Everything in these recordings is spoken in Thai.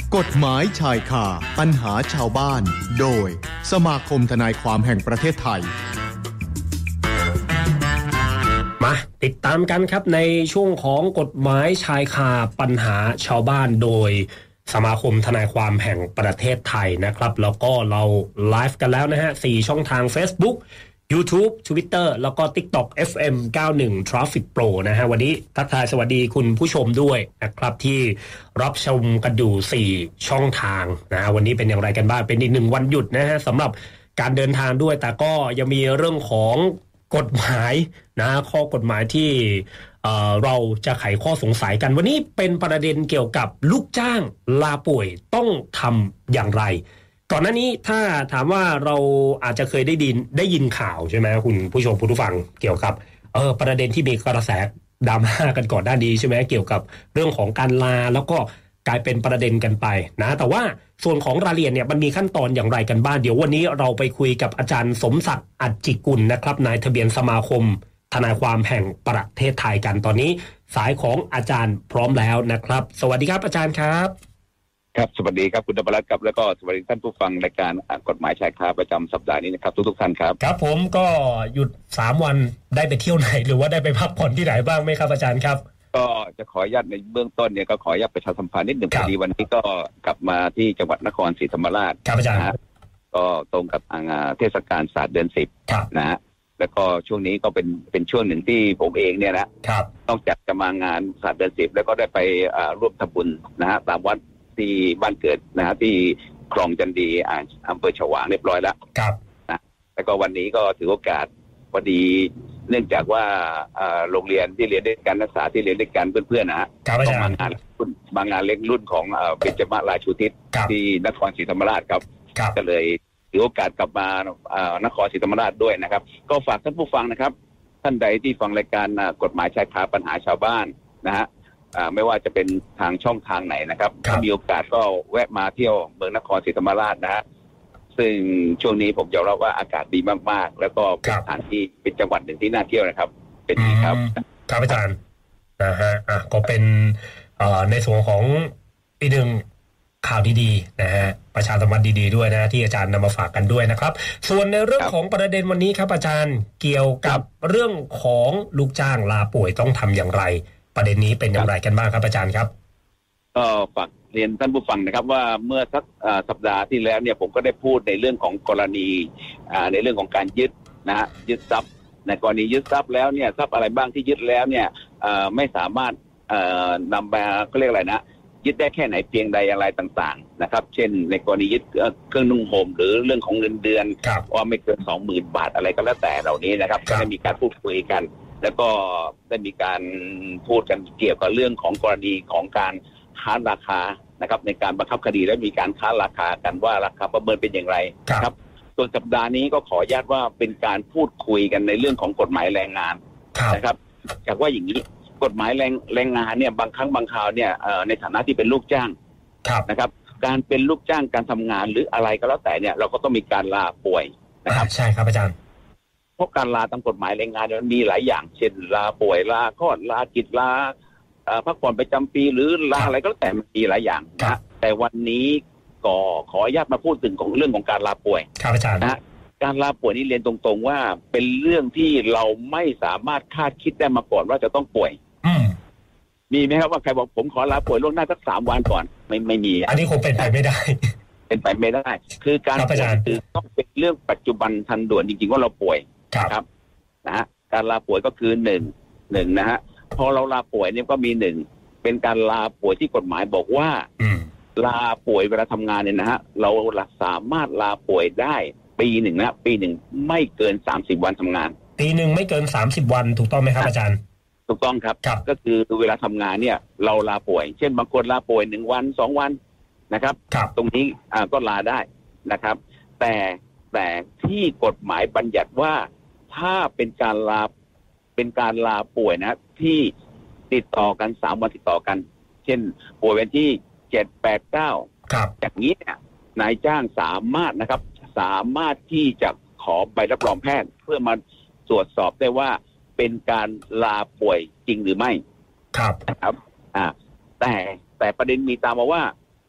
กฎหมายชายคาปัญหาชาวบ้านโดยสมาคมทนายความแห่งประเทศไทยมาติดตามกันครับในช่วงของกฎหมายชายคาปัญหาชาวบ้านโดยสมาคมทนายความแห่งประเทศไทยนะครับแล้วก็เราไลฟ์กันแล้วนะฮะ4ช่องทาง Facebook YouTube Twitter แล้วก็ TikTok FM 91 Traffic Pro นะฮะวันนี้ทักทายสวัสดีคุณผู้ชมด้วยนะครับที่รับชมกันอยู่4ช่องทางนะวันนี้เป็นอย่างไรกันบ้างเป็นอีก1วันหยุดนะฮะสำหรับการเดินทางด้วยแต่ก็ยังมีเรื่องของกฎหมายนะข้อกฎหมายที่เราจะไขข้อสงสัยกันวันนี้เป็นประเด็นเกี่ยวกับลูกจ้างลาป่วยต้องทำอย่างไรก่อนหน้านี้ถ้าถามว่าเราอาจจะเคยได้ยินข่าวใช่ไหมคุณผู้ชมผู้ฟังเกี่ยวกับประเด็นที่มีกระแสดราม่ากันก่อนหน้านี้ใช่ไหมเกี่ยวกับเรื่องของการลาแล้วก็กลายเป็นประเด็นกันไปนะแต่ว่าส่วนของรายละเอียดเนี่ยมันมีขั้นตอนอย่างไรกันบ้างเดี๋ยววันนี้เราไปคุยกับอาจารย์สมศักดิ์อัจจิกุลนะครับนายทะเบียนสมาคมทนายความแห่งประเทศไทยกันตอนนี้สายของอาจารย์พร้อมแล้วนะครับสวัสดีครับอาจารย์ครับครับสวัสดีครับคุณดำรัตน์ครับแล้วก็สวัสดีท่านผู้ฟังรายการกฎหมายชายคาประจำสัปดาห์นี้นะครับทุกท่านครับครับผมก็หยุด3วันได้ไปเที่ยวไหนหรือว่าได้ไปพักผ่อนที่ไหนบ้างไหมครับอาจารย์ครับก็จะขออนุญาตในเบื้องต้นเนี่ยก็ขออนุญาตประชาสัมพันธ์นิดหนึ่งพอดีวันนี้ก็กลับมาที่จังหวัดนครศรีธรรมราชครับอาจารย์ก็ตรงกับเทศกาลศาสตร์เดือน10นะฮะแล้วก็ช่วงนี้ก็เป็นช่วงหนึ่งที่ผมเองเนี่ยนะครับต้องจัดจะมางานศาสตร์เดือน10แล้วก็ได้ไปร่วมทำบุญนะฮะตามวัดที่บ้านเกิดนะฮะที่คลองจันดีอำเภอฉวางเรียบร้อยแล้วครับนะแล้วก็วันนี้ก็ถือโอกาสพอดีเนื่องจากว่าโรงเรียนที่เรียนด้วยกันนักศึกษาที่เรียนด้วยกันเพื่อนๆนะฮะต้องมางานเล็กรุ่นของเบญจมาราชูทิศที่นครศรีธรรมราชครับก็เลยถือโอกาสกลับมานครศรีธรรมราชด้วยนะครับก็ฝากท่านผู้ฟังนะครับท่านใดที่ฟังรายการกฎหมายชายคาปัญหาชาวบ้านนะฮะไม่ว่าจะเป็นทางช่องทางไหนนะครับถ้ามีโอกาสก็แวะมาเที่ยวเมืองนครศรีธรรมราชนะฮะซึ่งช่วงนี้ผมยอมรับว่าอากาศดีมากๆแล้วก็เป็นสถานที่เป็นจังหวัดหนึ่งที่น่าเที่ยวนะครับเป็นดีครับครับอาจารย์นะฮะก็เป็นในส่วนของปีหนึ่งข่าวดีๆนะฮะประชาสัมพันธ์ดีๆด้วยนะที่อาจารย์นำมาฝากกันด้วยนะครับส่วนในเรื่องของประเด็นวันนี้ครับอาจารย์เกี่ยวกับเรื่องของลูกจ้างลาป่วยต้องทำอย่างไรประเด็นนี้เป็นอย่างไรกันบ้างครับอาจารย์ครับก็ฝากเรียนท่านผู้ฟังนะครับว่าเมื่อสักสัปดาห์ที่แล้วเนี่ยผมก็ได้พูดในเรื่องของกรณีในเรื่องของการยึดนะฮะยึดทรัพย์ในกรณียึดทรัพย์แล้วเนี่ยทรัพย์อะไรบ้างที่ยึดแล้วเนี่ยไม่สามารถนำมาเขาเรียกอะไรนะยึดได้แค่ไหนเพียงใดอะไรต่างๆนะครับเช่นในกรณียึดเครื่องนุ่งห่มหรือเรื่องของเงินเดือนว่าไม่เกิน 20,000 บาทอะไรก็แล้วแต่เหล่านี้นะครับก็ได้มีการพูดคุยกันแล้วก็ได้มีการพูดกันเกี่ยวกับเรื่องของกรณีของการค้าราคานะครับในการบังคับคดีและมีการค้าราคากันว่าราคาประเมินเป็นอย่างไรครับส่วนสัปดาห์นี้ก็ขออนุญาตว่าเป็นการพูดคุยกันในเรื่องของกฎหมายแรงงานนะครับจากว่าอย่างนี้กฎหมายแรงงานเนี่ยบางครั้งบางคราวเนี่ยในฐานะที่เป็นลูกจ้างนะครับการเป็นลูกจ้างการทำงานหรืออะไรก็แล้วแต่เนี่ยเราก็ต้องมีการลาป่วยนะครับใช่ครับอาจารย์เพราะการลาตามกฎหมายแรงงานมันมีหลายอย่างเช่นลาป่วยลาคลอดลากิจลาพักผ่อนประจำปีหรือลาอะไรก็แล้วแต่มันมีหลายอย่างนะแต่วันนี้ก็ขออนุญาตมาพูดถึงของเรื่องของการลาป่วยครับอาจารย์นะการลาป่วยนี่เรียนตรงๆว่าเป็นเรื่องที่เราไม่สามารถคาดคิดได้มาก่อนว่าจะต้องป่วยมีไหมครับว่าใครบอกผมขอลาป่วยล่วงหน้าสัก3 วันก่อนไม่มีอันนี้คงเป็นไปไม่ได้เป็นไปไม่ได้คือการป่วยคือต้องเป็นเรื่องปัจจุบันทันด่วนจริงๆว่าเราป่วยครับนะฮะการลาป่วยก็คือหนึ่งนะฮะพอเราลาป่วยเนี่ยก็มีเป็นการลาป่วยที่กฎหมายบอกว่าลาป่วยเวลาทำงานเนี่ยนะฮะเราสามารถลาป่วยได้ปีหนึ่งไม่เกิน30 วันทำงานปีหนึ่งไม่เกิน30 วันถูกต้องไหมครับอาจารย์ถูกต้องครับก็คือเวลาทำงานเนี่ยเราลาป่วยเช่นบางคนลาป่วย1 วัน 2 วันนะครับตรงนี้ก็ลาได้นะครับแต่ที่กฎหมายบัญญัติว่าถ้าเป็นการลาป่วยนะที่ติดต่อกัน3 วันติดต่อกันเช่นป่วยวันที่7 8 9จากนี้เนี่ยนายจ้างสามารถที่จะขอใบรับรองแพทย์เพื่อมาตรวจสอบได้ว่าเป็นการลาป่วยจริงหรือไม่นะครับแต่ประเด็นมีตามมาว่าถ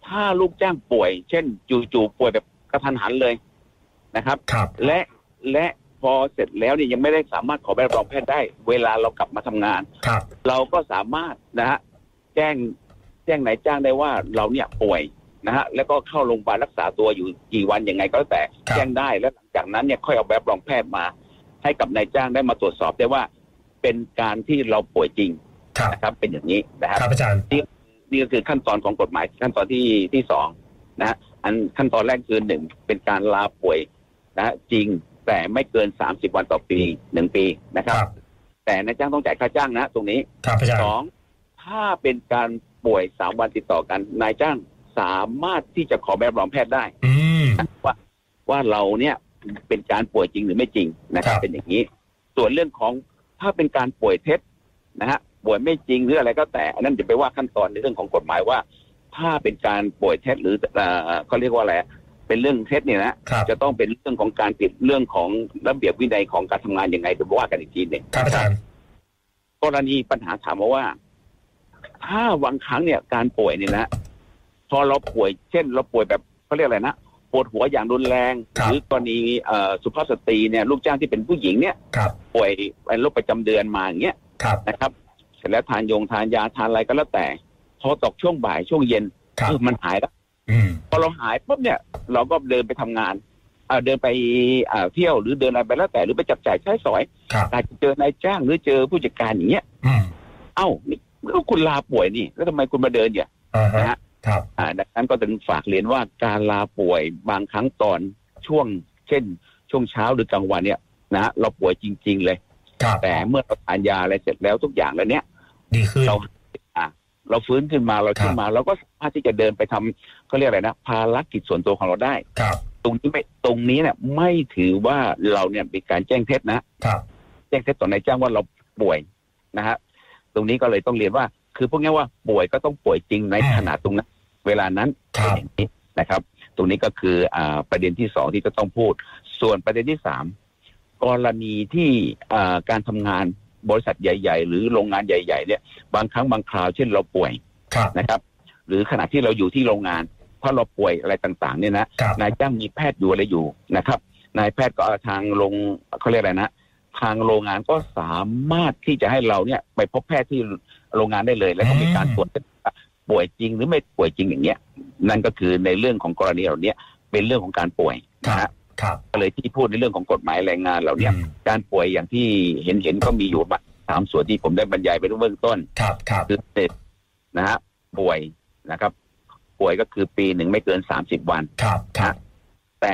ถ้าลูกจ้างป่วย เช่นจู่ๆป่วยแบบกระทันหันเลยนะครับครับและพอเสร็จแล้วเนี่ยยังไม่ได้สามารถขอใบรับรองแพทย์ได้เวลาเรากลับมาทำงานครับเราก็สามารถนะฮะแจ้งนายจ้างได้ว่าเราเนี่ยป่วยนะฮะแล้วก็เข้าโรงพยาบาลรักษาตัวอยู่กี่วันยังไงก็แล้วแต่แจ้งได้แล้วหลังจากนั้นเนี่ยค่อยเอาใบรับรองแพทย์มาให้กับนายจ้างได้มาตรวจสอบได้ว่าเป็นการที่เราป่วยจริงนะครับเป็นอย่างนี้นะครับครับอาจารย์นี่ก็คือขั้นตอนของกฎหมายขั้นตอนที่สองนะฮะขั้นตอนแรกคือหนึ่งเป็นการลาป่วยนะจริงแต่ไม่เกิน30วันต่อปี1ปีนะครับแต่นายจ้างต้องจ่ายค่าจ้างนะตรงนี้สองถ้าเป็นการป่วย3วันติดต่อกันนายจ้างสามารถที่จะขอใบรับรองแพทย์ได้ว่าเราเนี่ยเป็นการป่วยจริงหรือไม่จริงนะครับเป็นอย่างนี้ส่วนเรื่องของถ้าเป็นการป่วยเท็จนะฮะป่วยไม่จริงหรืออะไรก็แต่อันนั้นจะไปว่าขั้นตอนในเรื่องของกฎหมายว่าถ้าเป็นการป่วยเท็จหรือเขาเรียกว่าอะไรเป็นเรื่องเท็จเนี่ยนะจะต้องเป็นเรื่องของการผิดเรื่องของระเบียบวินัยของการทำงานยังไงจะว่ากันอีกทีหนึ่งครับอาจารย์กรณีปัญหาถามมาว่าถ้าบางครั้งเนี่ยการป่วยเนี่ยนะพอเราป่วยเช่นเราป่วยแบบเขาเรียกอะไรนะปวดหัวอย่างรุนแรงหรือกรณีสุภาพสตรีเนี่ยลูกจ้างที่เป็นผู้หญิงเนี่ยป่วยเป็นโรคประจำเดือนมาอย่างเงี้ยนะครับเสร็จแล้วทานยาทานอะไรก็แล้วแต่พอตกช่วงบ่ายช่วงเย็นมันหายแล้วพอเราหายปุ๊บเนี่ยเราก็เดินไปทำงานเดินไปเที่ยวหรือเดินอะไรไปแล้วแต่หรือไปจับจ่ายใช้สอยอาจจะเจอนายจ้างหรือเจอผู้จัดการอย่างเงี้ยนี่แล้วคุณลาป่วยนี่แล้วทำไมคุณมาเดินเนี่ยนะฮะดังนั้นก็ต้องฝากเรียนว่าการลาป่วยบางครั้งตอนช่วงเช่นช่วงเช้าหรือกลางวันเนี่ยนะเราป่วยจริงๆเลยแต่เมื่อเราทานยาอะไรเสร็จแล้วทุกอย่างแล้วเนี่ยดีขึ้นเราฟื้นขึ้นมาเราก็สามารถที่จะเดินไปทำเขาเรียกอะไรนะภารกิจส่วนตัวของเราได้ตรงนี้เนี่ยไม่ถือว่าเราเนี่ยเป็นการแจ้งเท็จนะแจ้งเท็จต่อนายจ้างว่าเราป่วยนะฮะตรงนี้ก็เลยต้องเรียนว่าคือพวกนี้ว่าป่วยก็ต้องป่วยจริงในขนาดตรงนั้นเวลานั้นอย่างนี้นะครับตรงนี้ก็คือประเด็นที่2ที่จะต้องพูดส่วนประเด็นที่3กรณีที่การทำงานบริษัทใหญ่ๆหรือโรงงานใหญ่ๆเนี่ยบางครั้งบางคราวเช่นเราป่วยนะครับหรือขณะที่เราอยู่ที่โรงงานเพราะเราป่วยอะไรต่างๆเนี่ยนะนายจ้างมีแพทย์อยู่อะไรอยู่นะครับนายแพทย์ก็ทางโรงเขาเรียกอะไรนะทางโรงงานก็สามารถที่จะให้เราเนี่ยไปพบแพทย์ที่โรงงานได้เลยแล้วก็มีการตรวจป่วยจริงหรือไม่ป่วยจริงอย่างเงี้ยนั่นก็คือในเรื่องของกรณีเหล่านี้เป็นเรื่องของการป่วยนะฮะก็เลยที่พูดในเรื่องของกฎหมายแรงงานเราเนี่ยการป่วยอย่างที่เห็นก็มีอยู่3ส่วนที่ผมได้บรรยายไปเบื้องต้นคือนะฮะป่วยนะครับป่วยก็คือปีหนึ่งไม่เกิน30วันแต่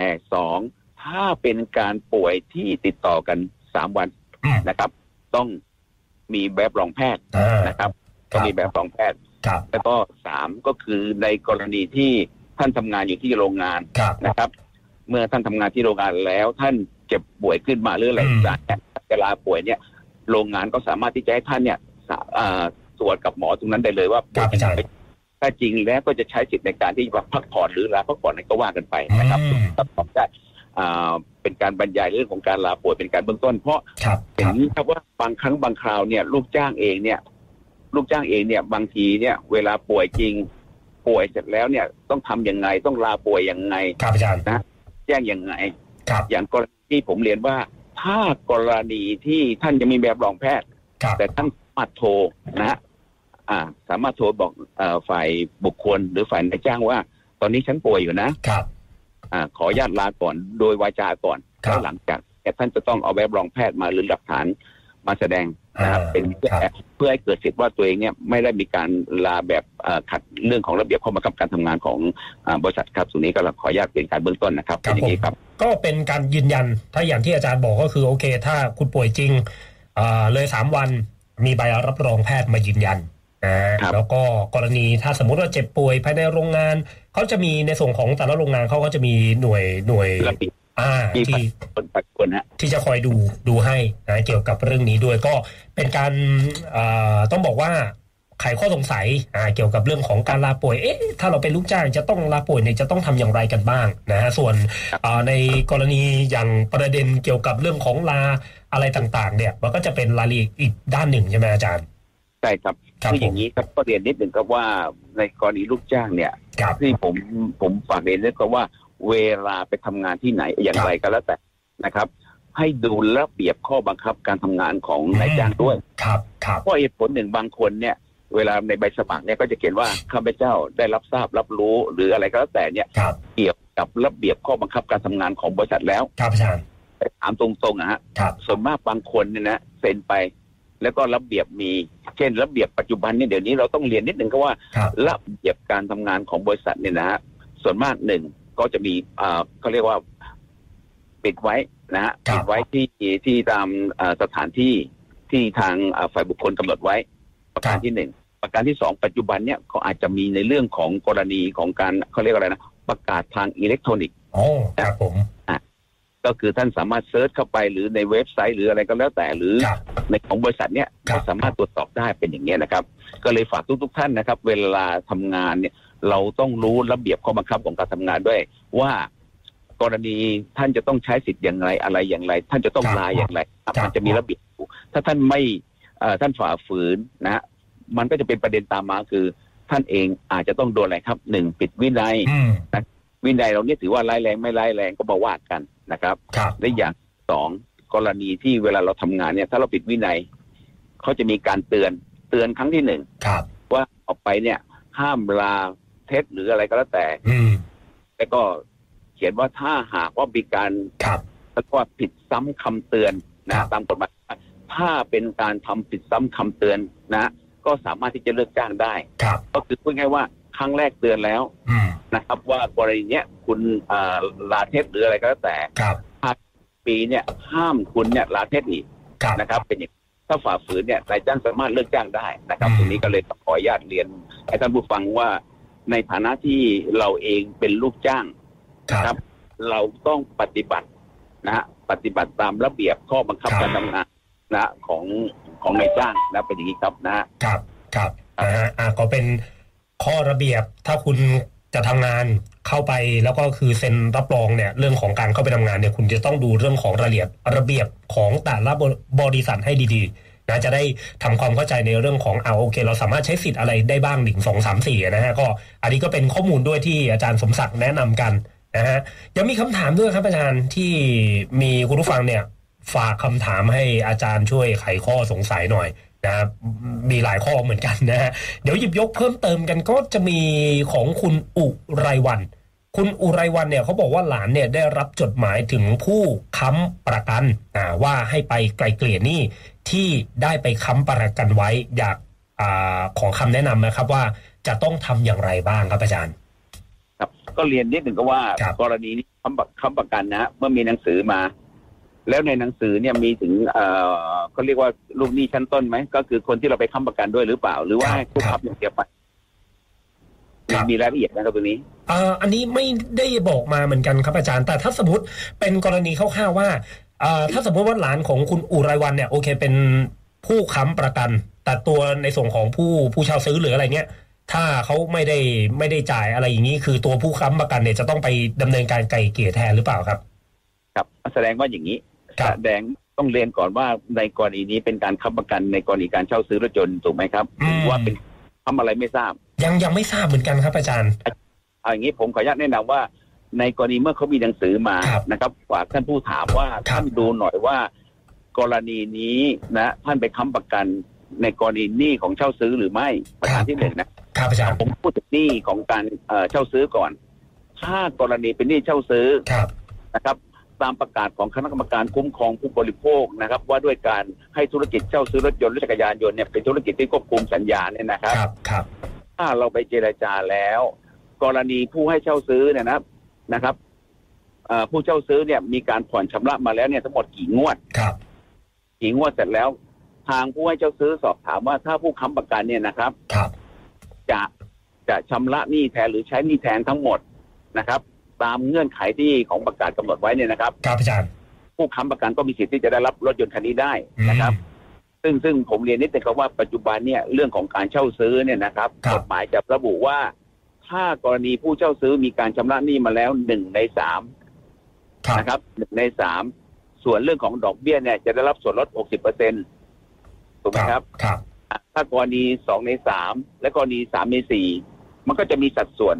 2ถ้าเป็นการป่วยที่ติดต่อกัน3วันนะครับต้องมีแบบรองแพทย์นะครับต้องมีแบบรองแพทย์แล้วก็3ก็คือในกรณีที่ท่านทำงานอยู่ที่โรงงานนะครับเมื่อท่านทำงานที่โรงงานแล้วท่านเจ็บป่วยขึ้นมาหรืออะไรต่างๆเวลาป่วยเนี่ยโรงงานก็สามารถที่จะให้ท่านเนี่ยตรวจกับหมอตรงนั้นได้เลยว่าป่วยจริงถ้าจริงแล้วก็จะใช้สิทธิ์ในการที่พักผ่อนหรือลาพักผ่อนอะไรก็ว่ากันไปนะครับตอบได้เป็นการบรรยายเรื่องของการลาป่วยเป็นการเบื้องต้นเพราะเห็นครับว่าบางครั้งบางคราวเนี่ยลูกจ้างเองเนี่ยบางทีเนี่ยเวลาป่วยจริงป่วยเสร็จแล้วเนี่ยต้องทำยังไงต้องลาป่วยยังไงนะแจ้งยังไงอย่างกรณีที่ผมเรียนว่าถ้ากรณีที่ท่านจะมีแบบรองแพทย์แต่ท่านสามารถโทรนะฮะสามารถโทรบอกฝ่ายบุคคลหรือฝ่ายนายจ้างว่าตอนนี้ฉันป่วยอยู่นะขออนุญาตลาก่อนโดยวาจาก่อนแล้วหลังจากท่านจะต้องเอาแบบรองแพทย์มาหรือหลักฐานมาแสดงนะครับเป็นเพื่อให้เกิดสิทธิ์ว่าตัวเองเนี่ยไม่ได้มีการลาแบบขัดเรื่องของระเบียบข้อบังคับการทำงานของบริษัทครับส่วนนี้ก็ขออนุญาตเป็นการเบื้องต้นนะครับเป็นอย่างนี้ครับก็เป็นการยืนยันถ้าอย่างที่อาจารย์บอกก็คือโอเคถ้าคุณป่วยจริงเลย3วันมีใบรับรองแพทย์มายืนยันแล้วก็กรณีถ้าสมมติว่าเจ็บป่วยภายในโรงงานเขาจะมีในส่วนของแต่ละโรงงานเขาก็จะมีหน่วยที่จะคอยดูให้นะเกี่ยวกับเรื่องนี้ด้วยก็เป็นการต้องบอกว่าไขข้อสงสัยเกี่ยวกับเรื่องของการลาป่วยถ้าเราเป็นลูกจ้างจะต้องลาป่วยเนี่ยจะต้องทำอย่างไรกันบ้างนะฮะส่วนในกรณีอย่างประเด็นเกี่ยวกับเรื่องของลาอะไรต่างๆเนี่ยมันก็จะเป็นรายละเอียดอีกด้านหนึ่งใช่ไหมอาจารย์ใช่ครับคืออย่างนี้ครับก็เรียนนิดหนึ่งครับว่าในกรณีลูกจ้างเนี่ยที่ผมฝากเรียนด้วยก็ว่าเวลาไปทำงานที่ไหนอย่างไรก็แล้วแต่นะครับให้ดูระเบียบข้อบังคับการทำงานของนายจ้างด้วยเพราะเหตุผลหนึ่งบางคนเนี่ยเวลาในใบสมัครเนี่ยก็จะเขียนว่าข้าพเจ้าได้รับทราบรับรู้หรืออะไรก็แล้วแต่เนี่ยเกี่ยวกับระเบียบข้อบังคับการทำงานของบริษัทแล้วครับอาจารย์ถามตรงๆนะฮะส่วนมากบางคนเนี่ยนะเซ็นไปแล้วก็ระเบียบมีเช่นระเบียบปัจจุบันเนี่ยเดี๋ยวนี้เราต้องเรียนนิดนึงก็ว่าระเบียบการทำงานของบริษัทเนี่ยนะฮะส่วนมากหนึ่งก็จะมีเขาเรียกว่าปิดไว้นะฮะปิดไว้ที่ตามสถานที่ที่ทางฝ่ายบุคคลกำหนดไว้ประการที่หนึ่งประการที่สองปัจจุบันเนี่ยก็อาจจะมีในเรื่องของกรณีของการเขาเรียกอะไรนะประกาศทางอิเล็กทรอนิกส์ครับผมก็คือท่านสามารถเซิร์ชเข้าไปหรือในเว็บไซต์หรืออะไรก็แล้วแต่หรือในของบริษัทเนี่ยก็สามารถตรวจสอบได้เป็นอย่างนี้นะครับก็เลยฝากทุกท่านนะครับเวลาทำงานเนี่ยเราต้องรู้ระเบียบข้อบังคับของการทำงานด้วยว่ากรณีท่านจะต้องใช้สิทธิ์อย่างไรอะไรอย่างไรท่านจะต้องลาอย่างไรมันจะมีระเบียบถ้าท่านไม่ท่านฝ่าฝืนนะมันก็จะเป็นประเด็นตามมาคือท่านเองอาจจะต้องโดนอะไรครับหนึ่งปิดวินัยวินัยเราเนี่ยถือว่าร้ายแรงไม่ร้ายแรงก็มาว่ากันนะครับและอย่างสองกรณีที่เวลาเราทำงานเนี่ยถ้าเราปิดวินัยเขาจะมีการเตือนครั้งที่หนึ่งว่าออกไปเนี่ยห้ามลาเท็จหรืออะไรก็แล้วแต่แล้วก็เขียนว่าถ้าหากว่ามีการแล้วก็ผิดซ้ำคำเตือนนะตามกฎหมายถ้าเป็นการทำผิดซ้ำคำเตือนนะก็สามารถที่จะเลิกจ้างได้ก็คือพูดง่ายว่าครั้งแรกเตือนแล้วนะครับว่ากรณีเนี้ยคุณลาเท็จหรืออะไรก็แล้วแต่ปีเนี่ยห้ามคุณเนี่ยลาเท็จอีกนะครับเป็นอย่างถ้าฝ่าฝืนเนี่ยนายจ้างสามารถเลิกจ้างได้นะครับตรงนี้ก็เลยขออนุญาตเรียนให้ท่านผู้ฟังว่าในฐานะที่เราเองเป็นลูกจ้างครับเราต้องปฏิบัตินะปฏิบัติตามระเบียบข้อบังคับการทำงานนะของนายจ้างนะเป็นอย่างนี้ครับนะครับก็เป็นข้อระเบียบถ้าคุณจะทำงานเข้าไปแล้วก็คือเซ็นรับรองเนี่ยเรื่องของการเข้าไปทำงานเนี่ยคุณจะต้องดูเรื่องของรายละเอียดระเบียบของแต่ละบริษัทให้ดีๆนะจะได้ทำความเข้าใจในเรื่องของโอเคเราสามารถใช้สิทธิ์อะไรได้บ้าง1 2 3 4นะฮะก็อันนี้ก็เป็นข้อมูลด้วยที่อาจารย์สมศักดิ์แนะนำกันนะฮะยังมีคำถามด้วยครับอาจารย์ที่มีคุณผู้ฟังเนี่ยฝากคำถามให้อาจารย์ช่วยไขข้อสงสัยหน่อยนะมีหลายข้อเหมือนกันนะฮะเดี๋ยวหยิบยกเพิ่มเติมกันก็จะมีของคุณอุไรวันคุณอุไรวันเนี่ยเขาบอกว่าหลานเนี่ยได้รับจดหมายถึงผู้ค้ำประกันว่าให้ไปไกลเกลี่ยหนี้ที่ได้ไปค้ำประกันไว้อยากขอคำแนะนำนะครับว่าจะต้องทำอย่างไรบ้างครับอาจารย์ครับก็เรียนนิดหนึ่งก็ว่ากรณีนี้ค้ำประกันนะเมื่อมีหนังสือมาแล้วในหนังสือเนี่ยมีถึงเขาเรียกว่าลูกหนี้ชั้นต้นไหมก็คือคนที่เราไปค้ำประกันด้วยหรือเปล่าหรือว่าให้ผู้ค้ำอย่างเดียวไปมีรายละเอียดนะครับตรงนี้อันนี้ไม่ได้บอกมาเหมือนกันครับอาจารย์แต่ถ้าสมมติเป็นกรณีคร่าวๆว่าถ้าสมมติว่าหลานของคุณอุไรวันเนี่ยโอเคเป็นผู้ค้ำประกันแต่ตัวในส่วนของผู้เช่าซื้อหรืออะไรเงี้ยถ้าเขาไม่ได้จ่ายอะไรอย่างนี้คือตัวผู้ค้ำประกันเนี่ยจะต้องไปดำเนินการไกล่เกลี่ยแทนหรือเปล่าครับครับแสดงว่าอย่างนี้แสดงต้องเรียนก่อนว่าในกรณีนี้เป็นการค้ำประกันในกรณีการเช่าซื้อรถยนต์ถูกไหมครับว่าเป็นทำอะไรไม่ทราบยังไม่ทราบเหมือนกันครับอาจารย์อย่างนี้ผมขออนุญาตแนะนำว่าในกรณีเมื่อเขามีหนังสือมานะครับฝากท่านผู้ถามว่าท่านดูหน่อยว่ากรณีนี้นะท่านไปค้ำประกันในกรณีหนี้ของเช่าซื้อหรือไม่ประการที่หนึ่งนะครับอาจารย์ผมพูดถึงหนี้ของการเช่าซื้อก่อนถ้ากรณีเป็นหนี้เช่าซื้อนะครับตามประกาศของคณะกรรมการคุ้มครองผู้บริโภคนะครับว่าด้วยการให้ธุรกิจเช่าซื้อรถยนต์รถจักรยานยนต์เนี่ยเป็นธุรกิจที่ควบคุมสัญญาเนี่ยนะครับถ้าเราไปเจรจาแล้วกรณีผู้ให้เช่าซื้อเนี่ยนะครับผู้เช่าซื้อเนี่ยมีการผ่อนชำระมาแล้วเนี่ยทั้งหมดกี่งวดกี่งวดเสร็จแล้วทางผู้ให้เช่าซื้อสอบถามว่าถ้าผู้ค้ำประกันเนี่ยนะครับจะชำระหนี้แทนหรือใช้หนี้แทนทั้งหมดนะครับตามเงื่อนไขที่ของประกาศกำหนดไว้เนี่ยนะครับครับอาจารย์ผู้ค้ำประกันก็มีสิทธิ์ที่จะได้รับรถยนต์คันนี้ได้นะครับซึ่งผมเรียนนิดนึงครับว่าปัจจุบันเนี่ยเรื่องของการเช่าซื้อเนี่ยนะครับกฎหมายจะระบุว่าถ้ากรณีผู้เช่าซื้อมีการชำระหนี้มาแล้ว1 ใน 3นะครับ1 ใน 3ส่วนเรื่องของดอกเบี้ยเนี่ยจะได้รับส่วนลด 60% ถูกไหมครับถ้ากรณี2 ใน 3และกรณี3 ใน 4มันก็จะมีสัดส่วน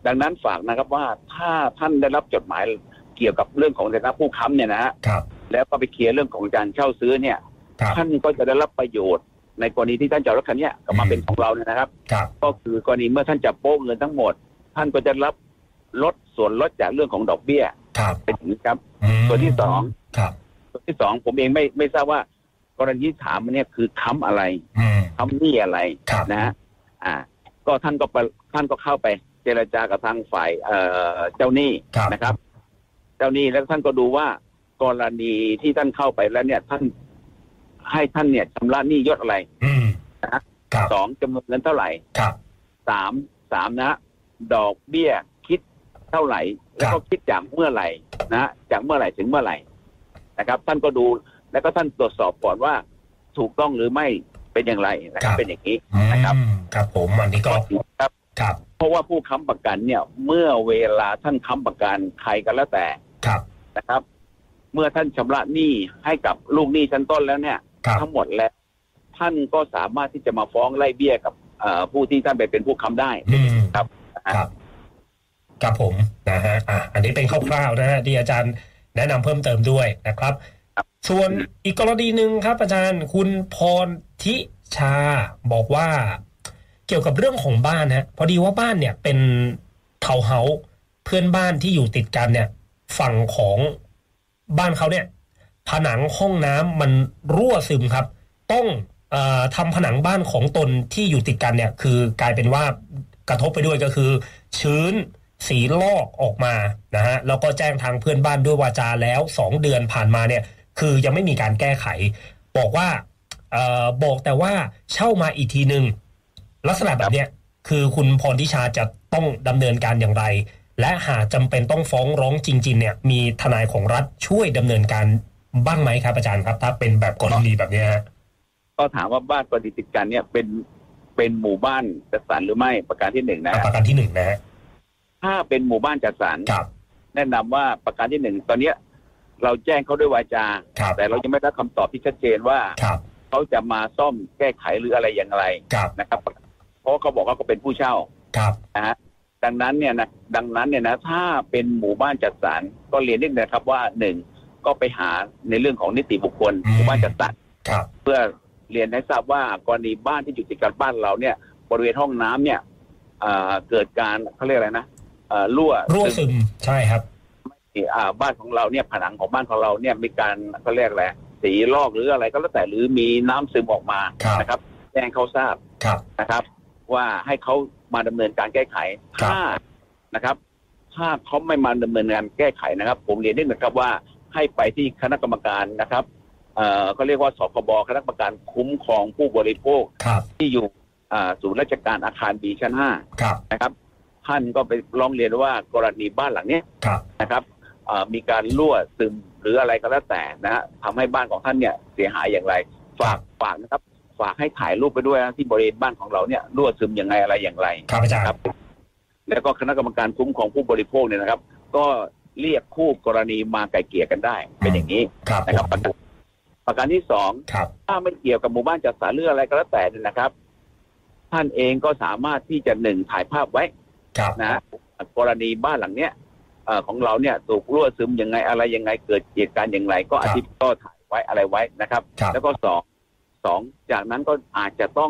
ดังนั้นฝากนะครับว่าถ้าท่านได้รับจดหมายเกี่ยวกับเรื่องของฐานะผู้ค้ำเนี่ยนะฮะแล้วก็ไปเคลียร์เรื่องของการเช่าซื้อเนี่ยท่านก็จะได้รับประโยชน์ในกรณีที่ท่านจะเอารถคันนี้กลับมาเป็นของเราเนี่ยนะครับก็คือกรณีเมื่อท่านจะโป้เงินทั้งหมดท่านก็จะรับลดส่วนลดจากเรื่องของดอกเบี้ยเป็นอย่างนี้ครับส่วนที่สองผมเองไม่ทราบว่ากรณีที่ถามมันเนี่ยคือค้ำอะไรค้ำหนี้อะไรนะฮะก็ท่านก็เข้าไปเจรจากับทางฝ่ายเจ้าหนี้นะครับเจ้าหนี้แล้วท่านก็ดูว่ากรณีที่ท่านเข้าไปแล้วเนี่ยท่านให้ท่านเนี่ยชำระหนี้ยอดอะไรนะสองจำนวนเงินเท่าไหร่สามนะดอกเบี้ยคิดเท่าไหร่แล้วก็คิดจากเมื่อไหร่นะจากเมื่อไหร่ถึงเมื่อไหร่นะครับท่านก็ดูแล้วก็ท่านตรวจสอบก่อนว่าถูกต้องหรือไม่เป็นอย่างไรนะครับเป็นอย่างนี้นะครับครับผมอันนี้ก็ครับเพราะว่าผู้ค้ำประกันเนี่ยเมื่อเวลาท่านค้ำประกันใครก็แล้วแต่นะครับเมื่อท่านชำระหนี้ให้กับลูกหนี้ชั้นต้นแล้วเนี่ยทั้งหมดแล้วท่านก็สามารถที่จะมาฟ้องไล่เบี้ยกับผู้ที่ท่านไปเป็นผู้ค้ำได้ครับครับผมนะฮะอันนี้เป็นคร่าวๆนะฮะที่อาจารย์แนะนำเพิ่มเติมด้วยนะครับส่วนอีกกรณีหนึ่งครับอาจารย์คุณพรทิชาบอกว่าเกี่ยวกับเรื่องของบ้านฮะพอดีว่าบ้านเนี่ยเป็นทาวน์เฮาส์เพื่อนบ้านที่อยู่ติดกันเนี่ยฝั่งของบ้านเขาเนี่ยผนังห้องน้ำมันรั่วซึมครับต้องทำผนังบ้านของตนที่อยู่ติดกันเนี่ยคือกลายเป็นว่ากระทบไปด้วยก็คือชื้นสีลอกออกมานะฮะแล้วก็แจ้งทางเพื่อนบ้านด้วยวาจาแล้ว2เดือนผ่านมาเนี่ยคือยังไม่มีการแก้ไขบอกว่าบอกแต่ว่าเช่ามาอีกทีนึงลักษณะแบบเนี้ยคือคุณพรทิชาจะต้องดำเนินการอย่างไรและหากจำเป็นต้องฟ้องร้องจริงๆเนี่ยมีทนายของรัฐช่วยดำเนินการบ้างไหมครับอาจารย์ครับถ้าเป็นแบบกรณีแบบนี้ฮะก็ถามว่าบ้านกรณีติดกันเนี่ยเป็นหมู่บ้านจัดสรรหรือไม่ประการที่1นะประการที่1นะฮะถ้าเป็นหมู่บ้านจัดสรรแนะนำว่าประการที่1ตอนนี้เราแจ้งเขาด้วยวาจาแต่เรายังไม่ได้คำตอบที่ชัดเจนว่าเขาจะมาซ่อมแก้ไขหรืออะไรอย่างไรนะครับเพราะเขาบอกว่าเขาเป็นผู้เช่านะฮะดังนั้นเนี่ยนะถ้าเป็นหมู่บ้านจัดสรรก็เรียนนิดนะครับว่า1ก็ไปหาในเรื่องของนิติบุคคลหมู่บ้านจัดสรรเพื่อเรียนให้ทราบว่ากรณีบ้านที่อยู่ติดกับบ้านเราเนี่ยบริเวณห้องน้ำเนี่ยเกิดการเขาเรียกอะไรนะรั่วซึมใช่ครับบ้านของเราเนี่ยผนังของบ้านของเราเนี่ยมีการเขาเรียกอะไรสีลอกหรืออะไรก็แล้วแต่หรือมีน้ำซึมออกมานะครับแจ้งเขาทราบนะครับว่าให้เขามาดำเนินการแก้ไขถ้าเขาไม่มาดำเนินการแก้ไขนะครับผมเรียนนิดนึงครับว่าให้ไปที่คณะกรรมการนะครับเขาเรียกว่าสคบคณะกรรมการคุ้มครองผู้บริโภคที่อยู่ศูนย์ราชการอาคาร B ชั้น5นะครับท่านก็ไปร้องเรียนว่ากรณีบ้านหลังนี้นะครับมีการรั่วซึมหรืออะไรก็แล้วแต่นะฮะทำให้บ้านของท่านเนี่ยเสียหายอย่างไรฝากนะครับฝากให้ถ่ายรูปไปด้วยนะที่บริเวณบ้านของเราเนี่ยรั่วซึมยังไงอะไรอย่างไรครับแล้วก็คณะกรรมการคุ้มครองผู้บริโภคเนี่ยนะครับก็เรียกคู่กรณีมาไกล่เกลี่ยกันได้เป็นอย่างนี้นะครับประการที่2ถ้าไม่เกี่ยวกับหมู่บ้านจัดสรรหรืออะไรก็แล้วแต่เนี่ยนะครับท่านเองก็สามารถที่จะถ่ายภาพไว้นะกรณีบ้านหลังเนี้ยของเราเนี่ยถูกรั่วซึมยังไงอะไรยังไงเกิดเหตุการณ์อย่างไรก็ก็ถ่ายไว้อะไรไว้นะครับแล้วก็สองจากนั้นก็อาจจะต้อง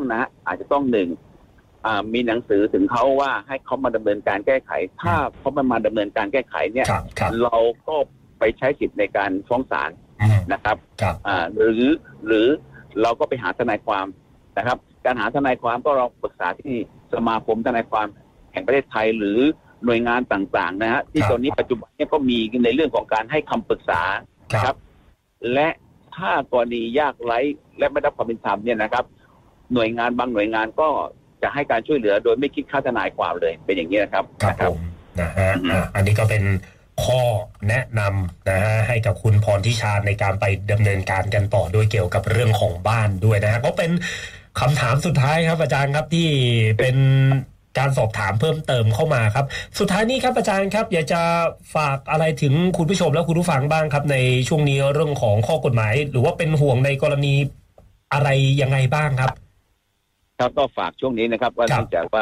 มีหนังสือถึงเขาว่าให้เขามาดำเนินการแก้ไขถ้าเขาไม่มาดำเนินการแก้ไขเนี่ยเราก็ไปใช้สิทธิ์ในการฟ้องศาลนะครับหรือเราก็ไปหาทนายความนะครับการหาทนายความก็เราปรึกษาที่สมาคมทนายความแห่งประเทศไทยหรือหน่วยงานต่างๆนะฮะที่ตอนนี้ปัจจุบันนี้ก็มีในเรื่องของการให้คำปรึกษานะครับและถ้ากรณียากไร้และไม่ได้รับความเป็นธรรมเนี่ยนะครับหน่วยงานบางหน่วยงานก็จะให้การช่วยเหลือโดยไม่คิดค่าทนายความเลยเป็นอย่างนี้นะครับผมนะฮะอันนี้ก็เป็นข้อแนะนำนะฮะให้กับคุณพรทิชาในการไปดำเนินการกันต่อด้วยเกี่ยวกับเรื่องของบ้านด้วยนะฮะก็เป็นคำถามสุดท้ายครับอาจารย์ครับที่เป็นการสอบถามเพิ่มเติมเข้ามาครับสุดท้ายนี้ครับอาจารย์ครับอยากจะฝากอะไรถึงคุณผู้ชมและคุณผู้ฟังบ้างครับในช่วงนี้เรื่องของข้อกฎหมายหรือว่าเป็นห่วงในกรณีอะไรยังไงบ้างครับก็ฝากช่วงนี้นะครับว่าเนื่องจากว่า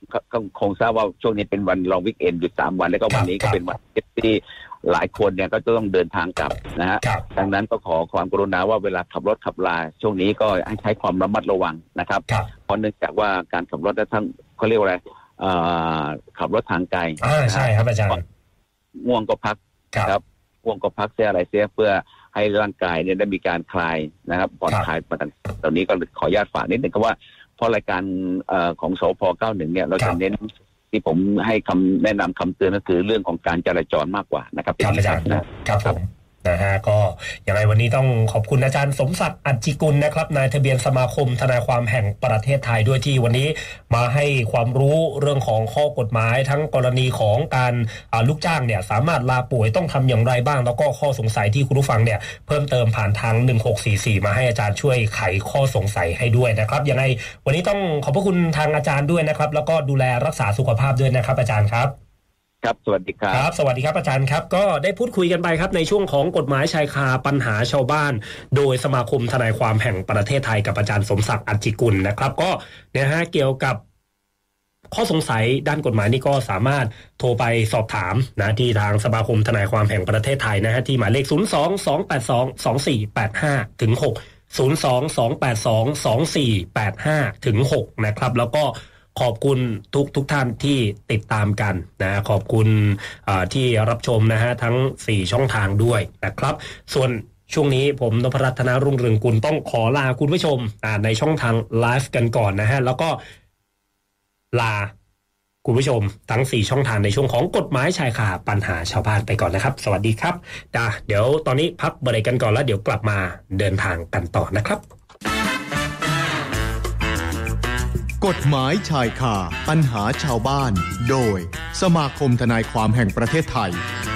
คงทราบว่าช่วงนี้เป็นวันลองวิกเอนด์หยุด3 วันแล้วก็วันนี้ก็เป็นวันที่หลายคนเนี่ยก็จะต้องเดินทางกลับนะฮะดังนั้นก็ขอความกรุณาว่าเวลาขับรถขับลาช่วงนี้ก็ให้ใช้ความระมัดระวังนะครับเพราะเนื่องจากว่าการขับรถทั้งเขาเรียกว่าอะไรขับรถทางไกลใช่ครับอาจารย์ง่วงก็พักครับง่วงก็พักเสียอะไรเสียเพื่อให้ร่างกายเนี่ยได้มีการคลายนะครับผ่อนคลายมาตอนนี้ก็ขออนุญาตฝากนิดนึงครับว่าเพราะรายการของสพ91เนี่ยเราจะเน้นที่ผมให้คำแนะนำคำเตือนก็คือเรื่องของการจราจรมากกว่านะครับครับอาจารย์ครับผมนะฮะก็อย่างไรวันนี้ต้องขอบคุณอาจารย์สมศักดิ์อัจฉิกุลนะครับนายทะเบียนสมาคมทนายความแห่งประเทศไทยด้วยที่วันนี้มาให้ความรู้เรื่องของข้อกฎหมายทั้งกรณีของการลูกจ้างเนี่ยสามารถลาป่วยต้องทำอย่างไรบ้างแล้วก็ข้อสงสัยที่คุณผู้ฟังเนี่ยเพิ่มเติมผ่านทาง1644มาให้อาจารย์ช่วยไขข้อสงสัยให้ด้วยนะครับยังไงวันนี้ต้องขอบพระคุณทางอาจารย์ด้วยนะครับแล้วก็ดูแลรักษาสุขภาพด้วยนะครับอาจารย์ครับครับสวัสดีครับสวัสดีครับอาจารย์ครับก็ได้พูดคุยกันไปครับในช่วงของกฎหมายชายคาปัญหาชาวบ้านโดยสมาคมทนายความแห่งประเทศไทยกับอาจารย์สมศักดิ์อัจฉิกุลนะครับก็เนี่ยฮะเกี่ยวกับข้อสงสัยด้านกฎหมายนี่ก็สามารถโทรไปสอบถามนะที่ทางสมาคมทนายความแห่งประเทศไทยนะฮะที่หมายเลข02-282-2485ถึง6 02-282-2485ถึง6นะครับแล้วก็ขอบคุณทุกท่านที่ติดตามกันนะขอบคุณที่รับชมนะฮะทั้ง4ช่องทางด้วยนะครับส่วนช่วงนี้ผมนพรัตน์ รุ่งเรืองกุลต้องขอลาคุณผู้ชมในช่องทางไลฟ์กันก่อนนะฮะแล้วก็ลาคุณผู้ชมทั้ง4ช่องทางในช่วงของกฎหมายชายคาปัญหาชาวบ้านไปก่อนนะครับสวัสดีครับเดี๋ยวตอนนี้พักเบรกกันก่อนแล้วเดี๋ยวกลับมาเดินทางกันต่อนะครับกฎหมายชายคาปัญหาชาวบ้านโดยสมาคมทนายความแห่งประเทศไทย